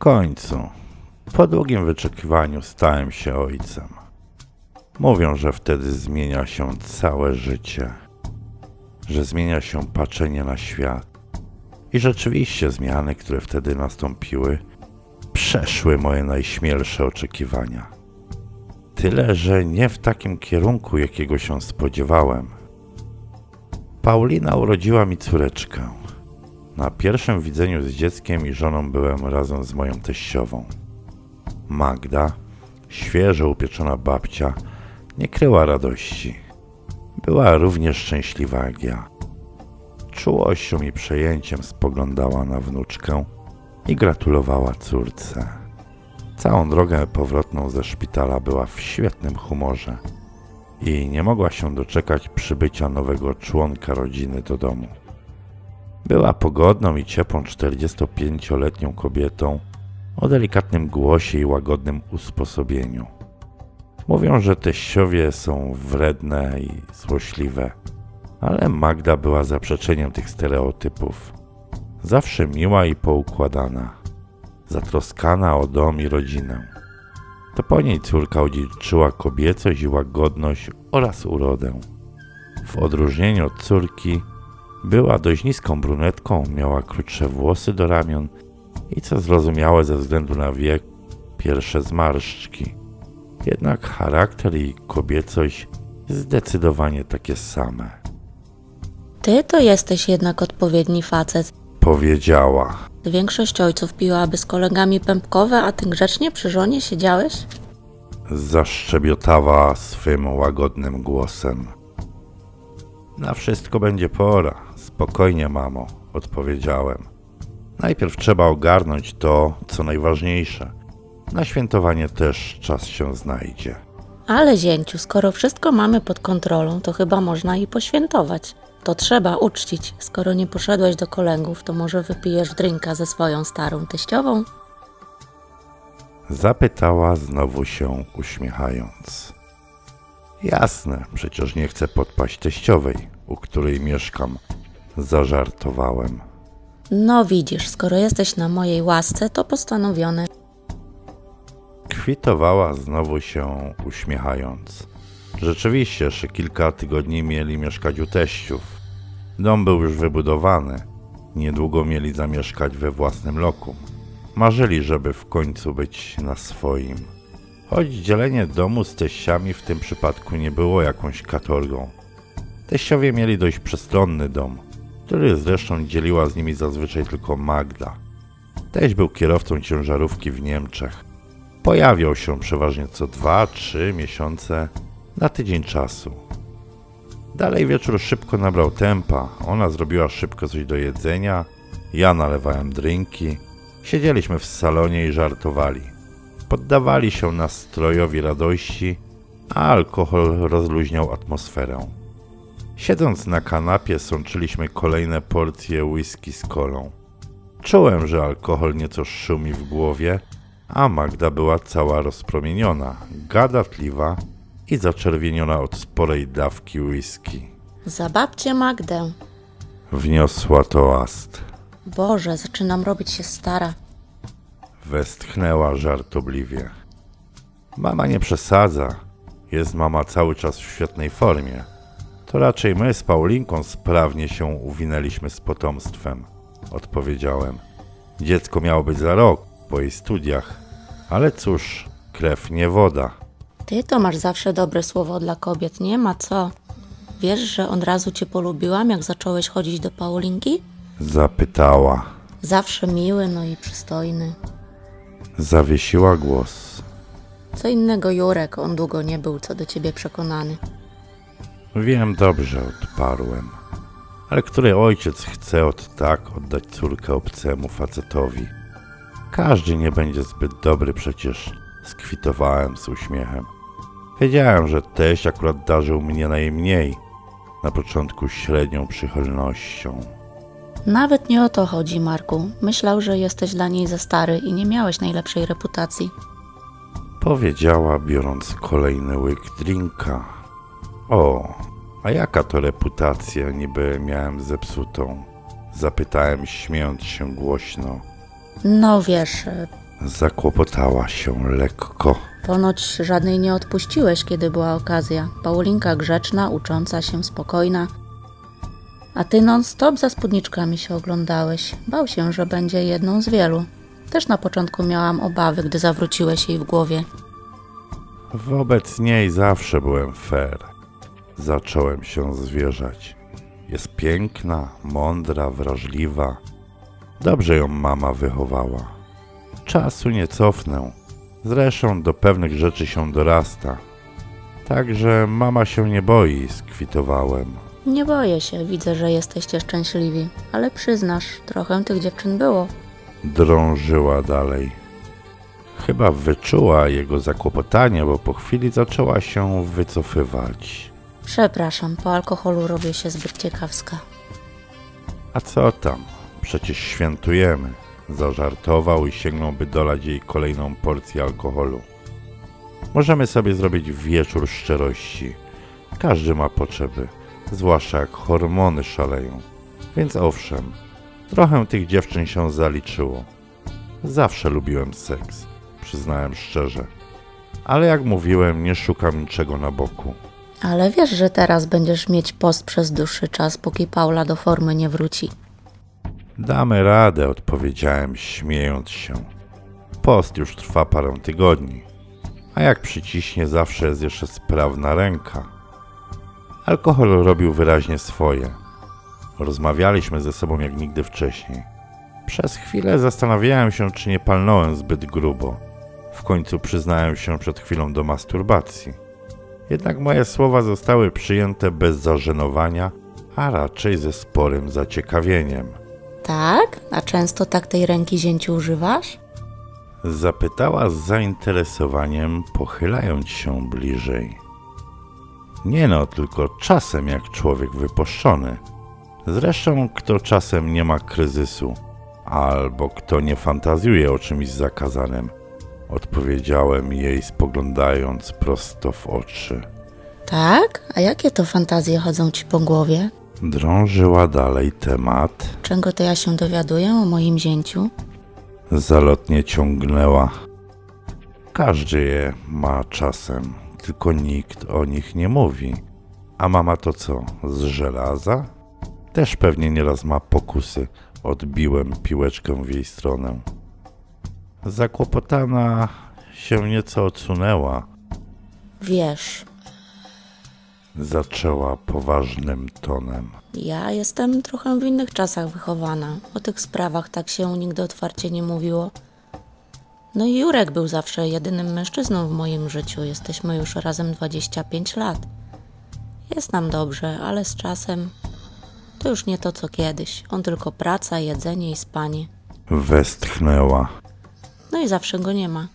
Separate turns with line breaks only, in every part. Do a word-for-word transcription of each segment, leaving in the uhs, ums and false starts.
końcu, po długim wyczekiwaniu stałem się ojcem. Mówią, że wtedy zmienia się całe życie, że zmienia się patrzenie na świat. I rzeczywiście zmiany, które wtedy nastąpiły, przeszły moje najśmielsze oczekiwania. Tyle, że nie w takim kierunku, jakiego się spodziewałem. Paulina urodziła mi córeczkę. Na pierwszym widzeniu z dzieckiem i żoną byłem razem z moją teściową. Magda, świeżo upieczona babcia, nie kryła radości. Była równie szczęśliwa jak ja. Czułością i przejęciem spoglądała na wnuczkę i gratulowała córce. Całą drogę powrotną ze szpitala była w świetnym humorze i nie mogła się doczekać przybycia nowego członka rodziny do domu. Była pogodną i ciepłą czterdziestopięcioletnią kobietą o delikatnym głosie i łagodnym usposobieniu. Mówią, że teściowie są wredne i złośliwe, ale Magda była zaprzeczeniem tych stereotypów. Zawsze miła i poukładana, zatroskana o dom i rodzinę. To po niej córka odziedziczyła kobiecość i łagodność oraz urodę. W odróżnieniu od córki była dość niską brunetką, miała krótsze włosy do ramion i, co zrozumiałe ze względu na wiek, pierwsze zmarszczki. Jednak charakter i kobiecość zdecydowanie takie same.
Ty to jesteś jednak odpowiedni facet.
Powiedziała.
Większość ojców piłaby z kolegami pępkowe, a ty grzecznie przy żonie siedziałeś?
Zaszczebiotała swym łagodnym głosem. Na wszystko będzie pora. Spokojnie, mamo, odpowiedziałem. Najpierw trzeba ogarnąć to, co najważniejsze. Na świętowanie też czas się znajdzie.
Ale zięciu, skoro wszystko mamy pod kontrolą, to chyba można i poświętować. To trzeba uczcić. Skoro nie poszedłeś do kolegów, to może wypijesz drinka ze swoją starą teściową?
Zapytała znowu się uśmiechając. Jasne, przecież nie chcę podpaść teściowej, u której mieszkam. Zażartowałem.
No widzisz, skoro jesteś na mojej łasce, to postanowione.
Kwitowała znowu się uśmiechając. Rzeczywiście, jeszcze kilka tygodni mieli mieszkać u teściów. Dom był już wybudowany. Niedługo mieli zamieszkać we własnym lokum. Marzyli, żeby w końcu być na swoim. Choć dzielenie domu z teściami w tym przypadku nie było jakąś katorgą. Teściowie mieli dość przestronny dom, który zresztą dzieliła z nimi zazwyczaj tylko Magda. Teść był kierowcą ciężarówki w Niemczech. Pojawiał się przeważnie co dwa, trzy miesiące na tydzień czasu. Dalej wieczór szybko nabrał tempa. Ona zrobiła szybko coś do jedzenia, ja nalewałem drinki. Siedzieliśmy w salonie i żartowali. Poddawali się nastrojowi radości, a alkohol rozluźniał atmosferę. Siedząc na kanapie, sączyliśmy kolejne porcje whisky z kolą. Czułem, że alkohol nieco szumi w głowie, a Magda była cała rozpromieniona, gadatliwa i zaczerwieniona od sporej dawki whisky.
Za babcię Magdę.
Wniosła toast.
Boże, zaczynam robić się stara.
Westchnęła żartobliwie. Mama nie przesadza. Jest mama cały czas w świetnej formie. To raczej my z Paulinką sprawnie się uwinęliśmy z potomstwem, odpowiedziałem. Dziecko miało być za rok, po jej studiach. Ale cóż, krew nie woda.
Ty to masz zawsze dobre słowo dla kobiet, nie ma co. Wiesz, że od razu cię polubiłam, jak zacząłeś chodzić do Paulinki?
Zapytała.
Zawsze miły, no i przystojny.
Zawiesiła głos.
Co innego Jurek, on długo nie był co do ciebie przekonany.
Wiem dobrze, odparłem. Ale który ojciec chce od tak oddać córkę obcemu facetowi? Każdy nie będzie zbyt dobry przecież, skwitowałem z uśmiechem. Wiedziałem, że teść akurat darzył mnie najmniej, na początku średnią przychylnością.
Nawet nie o to chodzi, Marku. Myślał, że jesteś dla niej za stary i nie miałeś najlepszej reputacji.
Powiedziała, biorąc kolejny łyk drinka. O, a jaka to reputacja niby miałem zepsutą? Zapytałem, śmiejąc się głośno.
No wiesz,
Zakłopotała się lekko.
Ponoć żadnej nie odpuściłeś, kiedy była okazja. Paulinka grzeczna, ucząca się, spokojna. A ty non-stop za spódniczkami się oglądałeś. Bał się, że będzie jedną z wielu. Też na początku miałam obawy, gdy zawróciłeś jej w głowie.
Wobec niej zawsze byłem fair. Zacząłem się zwierzać. Jest piękna, mądra, wrażliwa. Dobrze ją mama wychowała. Czasu nie cofnę. Zresztą do pewnych rzeczy się dorasta. Także mama się nie boi, skwitowałem.
Nie boję się, widzę, że jesteście szczęśliwi. Ale przyznasz, trochę tych dziewczyn było.
Drążyła dalej. Chyba wyczuła jego zakłopotanie, bo po chwili zaczęła się wycofywać.
Przepraszam, po alkoholu robię się zbyt ciekawska.
A co tam? Przecież świętujemy. Zażartował i sięgnął, by dolać jej kolejną porcję alkoholu. Możemy sobie zrobić wieczór szczerości. Każdy ma potrzeby, zwłaszcza jak hormony szaleją. Więc owszem, trochę tych dziewczyn się zaliczyło. Zawsze lubiłem seks, przyznałem szczerze. Ale jak mówiłem, nie szukam niczego na boku.
Ale wiesz, że teraz będziesz mieć post przez dłuższy czas, póki Paula do formy nie wróci.
Damy radę, odpowiedziałem, śmiejąc się. Post już trwa parę tygodni, a jak przyciśnie, zawsze jest jeszcze sprawna ręka. Alkohol robił wyraźnie swoje. Rozmawialiśmy ze sobą jak nigdy wcześniej. Przez chwilę zastanawiałem się, czy nie palnąłem zbyt grubo. W końcu przyznałem się przed chwilą do masturbacji. Jednak moje słowa zostały przyjęte bez zażenowania, a raczej ze sporym zaciekawieniem.
Tak? A często tak tej ręki zięciu używasz?
Zapytała z zainteresowaniem, pochylając się bliżej. Nie no, tylko czasem jak człowiek wypuszczony. Zresztą kto czasem nie ma kryzysu, albo kto nie fantazjuje o czymś zakazanym, odpowiedziałem jej, spoglądając prosto w oczy.
Tak? A jakie to fantazje chodzą ci po głowie?
Drążyła dalej temat.
Czego to ja się dowiaduję o moim zięciu?
Zalotnie ciągnęła. Każdy je ma czasem, tylko nikt o nich nie mówi. A mama to co, z żelaza? Też pewnie nieraz ma pokusy. Odbiłem piłeczkę w jej stronę. Zakłopotana się nieco odsunęła.
Wiesz,
Zaczęła poważnym tonem.
ja jestem trochę w innych czasach wychowana. O tych sprawach tak się nigdy otwarcie nie mówiło. No i Jurek był zawsze jedynym mężczyzną w moim życiu. Jesteśmy już razem dwadzieścia pięć lat. Jest nam dobrze, ale z czasem to już nie to co kiedyś. On tylko praca, jedzenie i spanie.
Westchnęła.
No i zawsze go nie ma.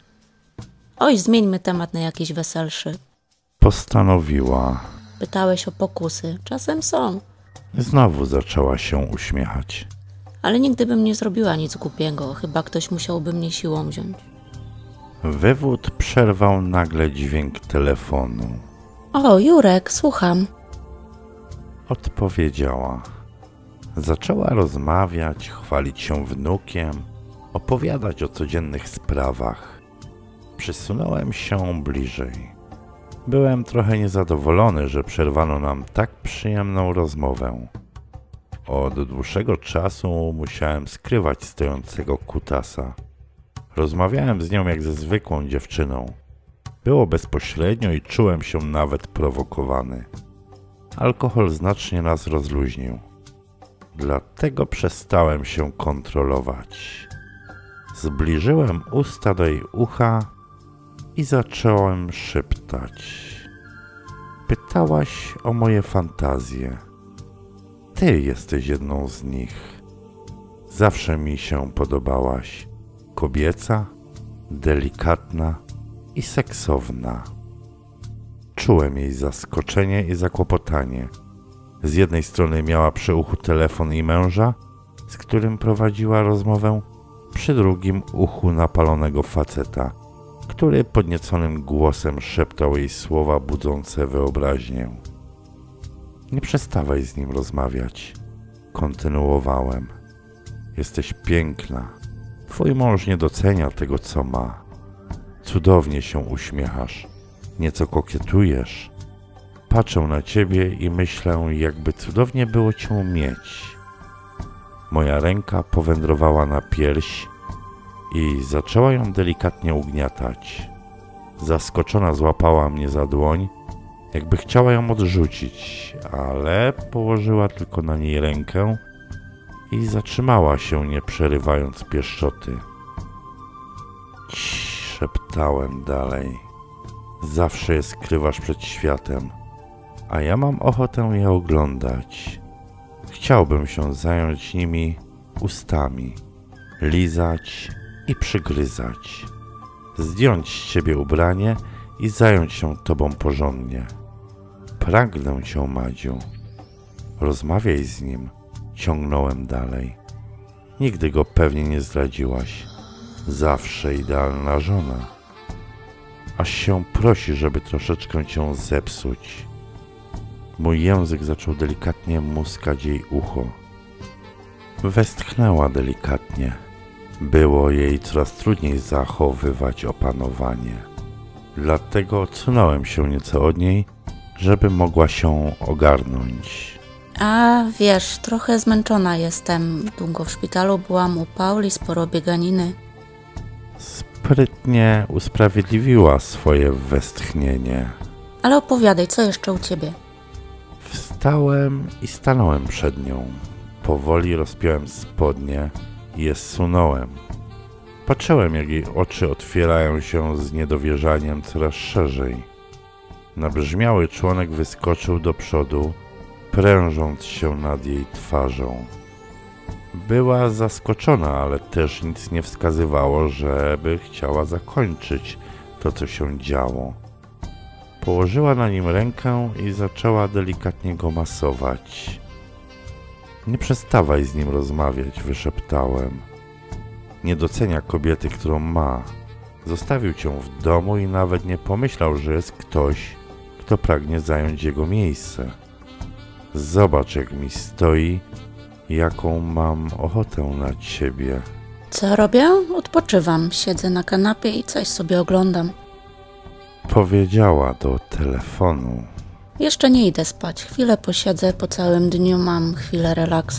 Oj, zmieńmy temat na jakiś weselszy.
Postanowiła.
Pytałeś o pokusy. Czasem są.
Znowu zaczęła się uśmiechać.
Ale nigdy bym nie zrobiła nic głupiego. Chyba ktoś musiałby mnie siłą wziąć.
Wywód przerwał nagle dźwięk telefonu.
O, Jurek, słucham.
Odpowiedziała. Zaczęła rozmawiać, chwalić się wnukiem, opowiadać o codziennych sprawach. Przysunąłem się bliżej. Byłem trochę niezadowolony, że przerwano nam tak przyjemną rozmowę. Od dłuższego czasu musiałem skrywać stojącego kutasa. Rozmawiałem z nią jak ze zwykłą dziewczyną. Było bezpośrednio i czułem się nawet prowokowany. Alkohol znacznie nas rozluźnił. Dlatego przestałem się kontrolować. Zbliżyłem usta do jej ucha i zacząłem szeptać. Pytałaś o moje fantazje. Ty jesteś jedną z nich. Zawsze mi się podobałaś. Kobieca, delikatna i seksowna. Czułem jej zaskoczenie i zakłopotanie. Z jednej strony miała przy uchu telefon i męża, z którym prowadziła rozmowę, przy drugim uchu napalonego faceta, który podnieconym głosem szeptał jej słowa budzące wyobraźnię. Nie przestawaj z nim rozmawiać. Kontynuowałem. Jesteś piękna. W Twój mąż nie docenia tego, co ma. Cudownie się uśmiechasz, nieco kokietujesz. Patrzę na ciebie i myślę, jakby cudownie było cię mieć. Moja ręka powędrowała na pierś i zaczęła ją delikatnie ugniatać. Zaskoczona złapała mnie za dłoń, jakby chciała ją odrzucić, ale położyła tylko na niej rękę i zatrzymała się, nie przerywając pieszczoty. Ciii, szeptałem dalej. Zawsze je skrywasz przed światem, a ja mam ochotę je oglądać. Chciałbym się zająć nimi ustami, lizać i przygryzać, zdjąć z ciebie ubranie i zająć się tobą porządnie. Pragnę cię, Madziu. Rozmawiaj z nim, ciągnąłem dalej. Nigdy go pewnie nie zdradziłaś. Zawsze idealna żona. Aż się prosi, żeby troszeczkę cię zepsuć. Mój język zaczął delikatnie muskać jej ucho. Westchnęła delikatnie. Było jej coraz trudniej zachowywać opanowanie. Dlatego odsunąłem się nieco od niej, żeby mogła się ogarnąć.
A wiesz, trochę zmęczona jestem. Długo w szpitalu byłam u Pauli, sporo bieganiny.
Sprytnie usprawiedliwiła swoje westchnienie.
Ale opowiadaj, co jeszcze u ciebie?
Wstałem i stanąłem przed nią. Powoli rozpiąłem spodnie i je zsunąłem. Patrzyłem, jak jej oczy otwierają się z niedowierzaniem coraz szerzej. Nabrzmiały członek wyskoczył do przodu, prężąc się nad jej twarzą. Była zaskoczona, ale też nic nie wskazywało, żeby chciała zakończyć to, co się działo. Położyła na nim rękę i zaczęła delikatnie go masować. Nie przestawaj z nim rozmawiać, wyszeptałem. Nie docenia kobiety, którą ma. Zostawił cię w domu i nawet nie pomyślał, że jest ktoś, kto pragnie zająć jego miejsce. Zobacz, jak mi stoi, jaką mam ochotę na ciebie.
Co robię? Odpoczywam. Siedzę na kanapie i coś sobie oglądam.
Powiedziała do telefonu.
Jeszcze nie idę spać. Chwilę posiedzę, po całym dniu mam chwilę relaksu.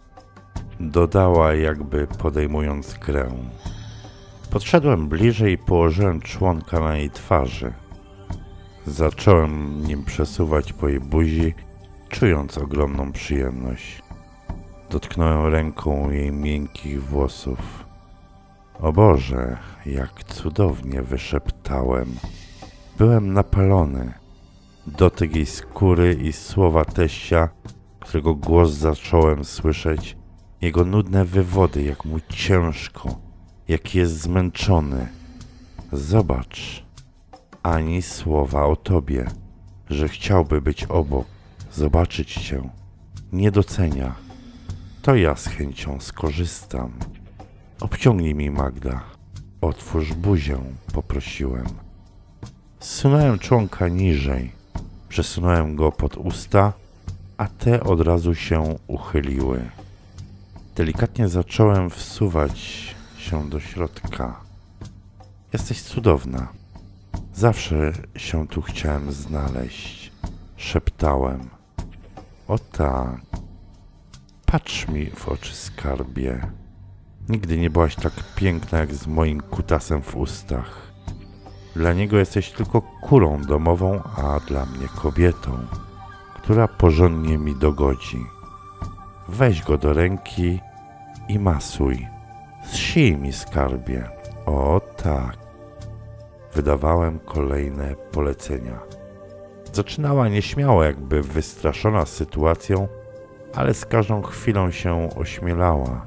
Dodała, jakby podejmując grę. Podszedłem bliżej i położyłem członka na jej twarzy. Zacząłem nim przesuwać po jej buzi, czując ogromną przyjemność. Dotknąłem ręką jej miękkich włosów. O Boże, jak cudownie, wyszeptałem. Byłem napalony. Dotyk jej skóry i słowa teścia, którego głos zacząłem słyszeć, jego nudne wywody, jak mu ciężko, jak jest zmęczony. Zobacz, ani słowa o tobie, że chciałby być obok, zobaczyć cię. Nie docenia. To ja z chęcią skorzystam. Obciągnij mi, Magda. Otwórz buzię, poprosiłem. Zsunąłem członka niżej. Przesunąłem go pod usta, a te od razu się uchyliły. Delikatnie zacząłem wsuwać się do środka. Jesteś cudowna. Zawsze się tu chciałem znaleźć. Szeptałem. O tak. Patrz mi w oczy, skarbie. Nigdy nie byłaś tak piękna jak z moim kutasem w ustach. Dla niego jesteś tylko kulą domową, a dla mnie kobietą, która porządnie mi dogodzi. Weź go do ręki i masuj. Zsij mi, skarbie. O tak. Wydawałem kolejne polecenia. Zaczynała nieśmiało, jakby wystraszona sytuacją, ale z każdą chwilą się ośmielała.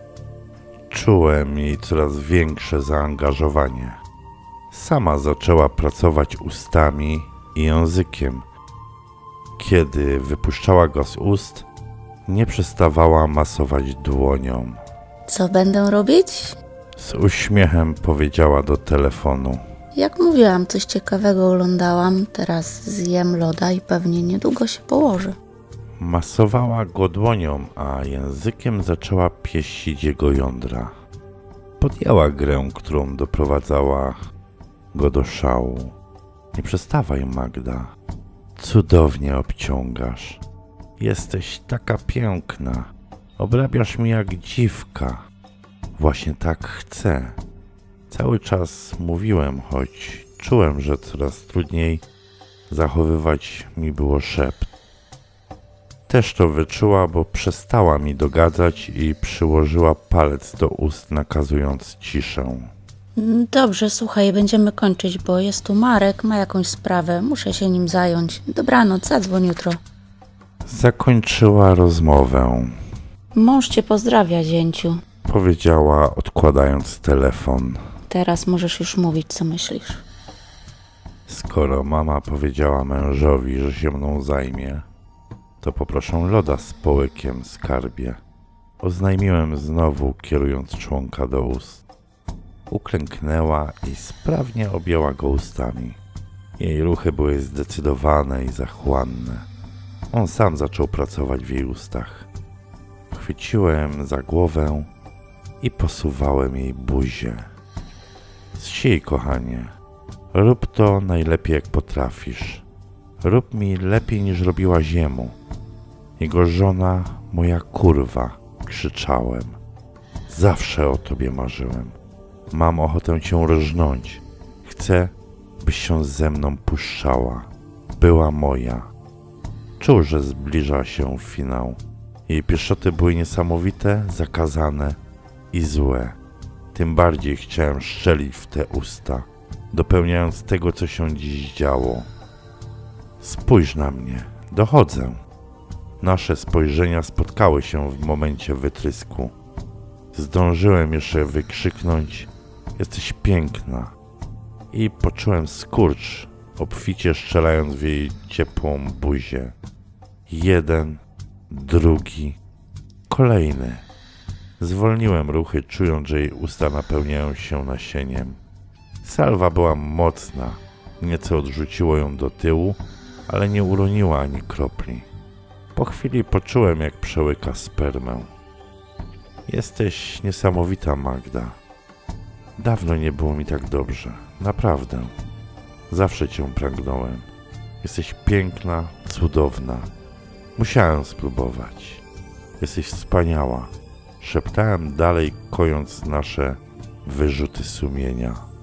Czułem jej coraz większe zaangażowanie. Sama zaczęła pracować ustami i językiem. Kiedy wypuszczała go z ust, nie przestawała masować dłonią.
Co będę robić?
Z uśmiechem powiedziała do telefonu.
Jak mówiłam, coś ciekawego oglądałam. Teraz zjem loda i pewnie niedługo się położę.
Masowała go dłonią, a językiem zaczęła pieścić jego jądra. podjęła grę, którą doprowadzała go do szału. Nie przestawaj, Magda. Cudownie obciągasz. Jesteś taka piękna. Obrabiasz mi jak dziwka. Właśnie tak chcę. Cały czas mówiłem, choć czułem, że coraz trudniej zachowywać mi było szept. Też to wyczuła, bo przestała mi dogadzać i przyłożyła palec do ust, nakazując ciszę.
Dobrze, słuchaj, będziemy kończyć, bo jest tu Marek, ma jakąś sprawę, muszę się nim zająć. Dobranoc, zadzwoń jutro.
Zakończyła rozmowę.
Mąż cię pozdrawia, zięciu.
Powiedziała, odkładając telefon.
Teraz możesz już mówić, co myślisz.
Skoro mama powiedziała mężowi, że się mną zajmie, to poproszę loda z połykiem, skarbie. Oznajmiłem znowu, kierując członka do ust. Uklęknęła i sprawnie objęła go ustami. Jej ruchy były zdecydowane i zachłanne. On sam zaczął pracować w jej ustach. Chwyciłem za głowę i posuwałem jej buzię. Zsij, kochanie. Rób to najlepiej, jak potrafisz. Rób mi lepiej, niż robiła ziemu. Jego żona, moja kurwa, krzyczałem. Zawsze o tobie marzyłem. Mam ochotę cię rżnąć. Chcę, byś się ze mną puszczała. Była moja. Czuł, że zbliża się finał. Jej pieszoty były niesamowite, zakazane i złe. Tym bardziej chciałem szczelić w te usta, dopełniając tego, co się dziś działo. Spójrz na mnie, dochodzę. Nasze spojrzenia spotkały się w momencie wytrysku. Zdążyłem jeszcze wykrzyknąć: jesteś piękna. I poczułem skurcz, obficie strzelając w jej ciepłą buzię. Jeden, drugi, kolejny. Zwolniłem ruchy, czując, że jej usta napełniają się nasieniem. Salwa była mocna, nieco odrzuciło ją do tyłu, ale nie uroniła ani kropli. Po chwili poczułem, jak przełyka spermę. Jesteś niesamowita, Magda. Dawno nie było mi tak dobrze, naprawdę. Zawsze cię pragnąłem. Jesteś piękna, cudowna. Musiałem spróbować. Jesteś wspaniała. Szeptałem dalej, kojąc nasze wyrzuty sumienia.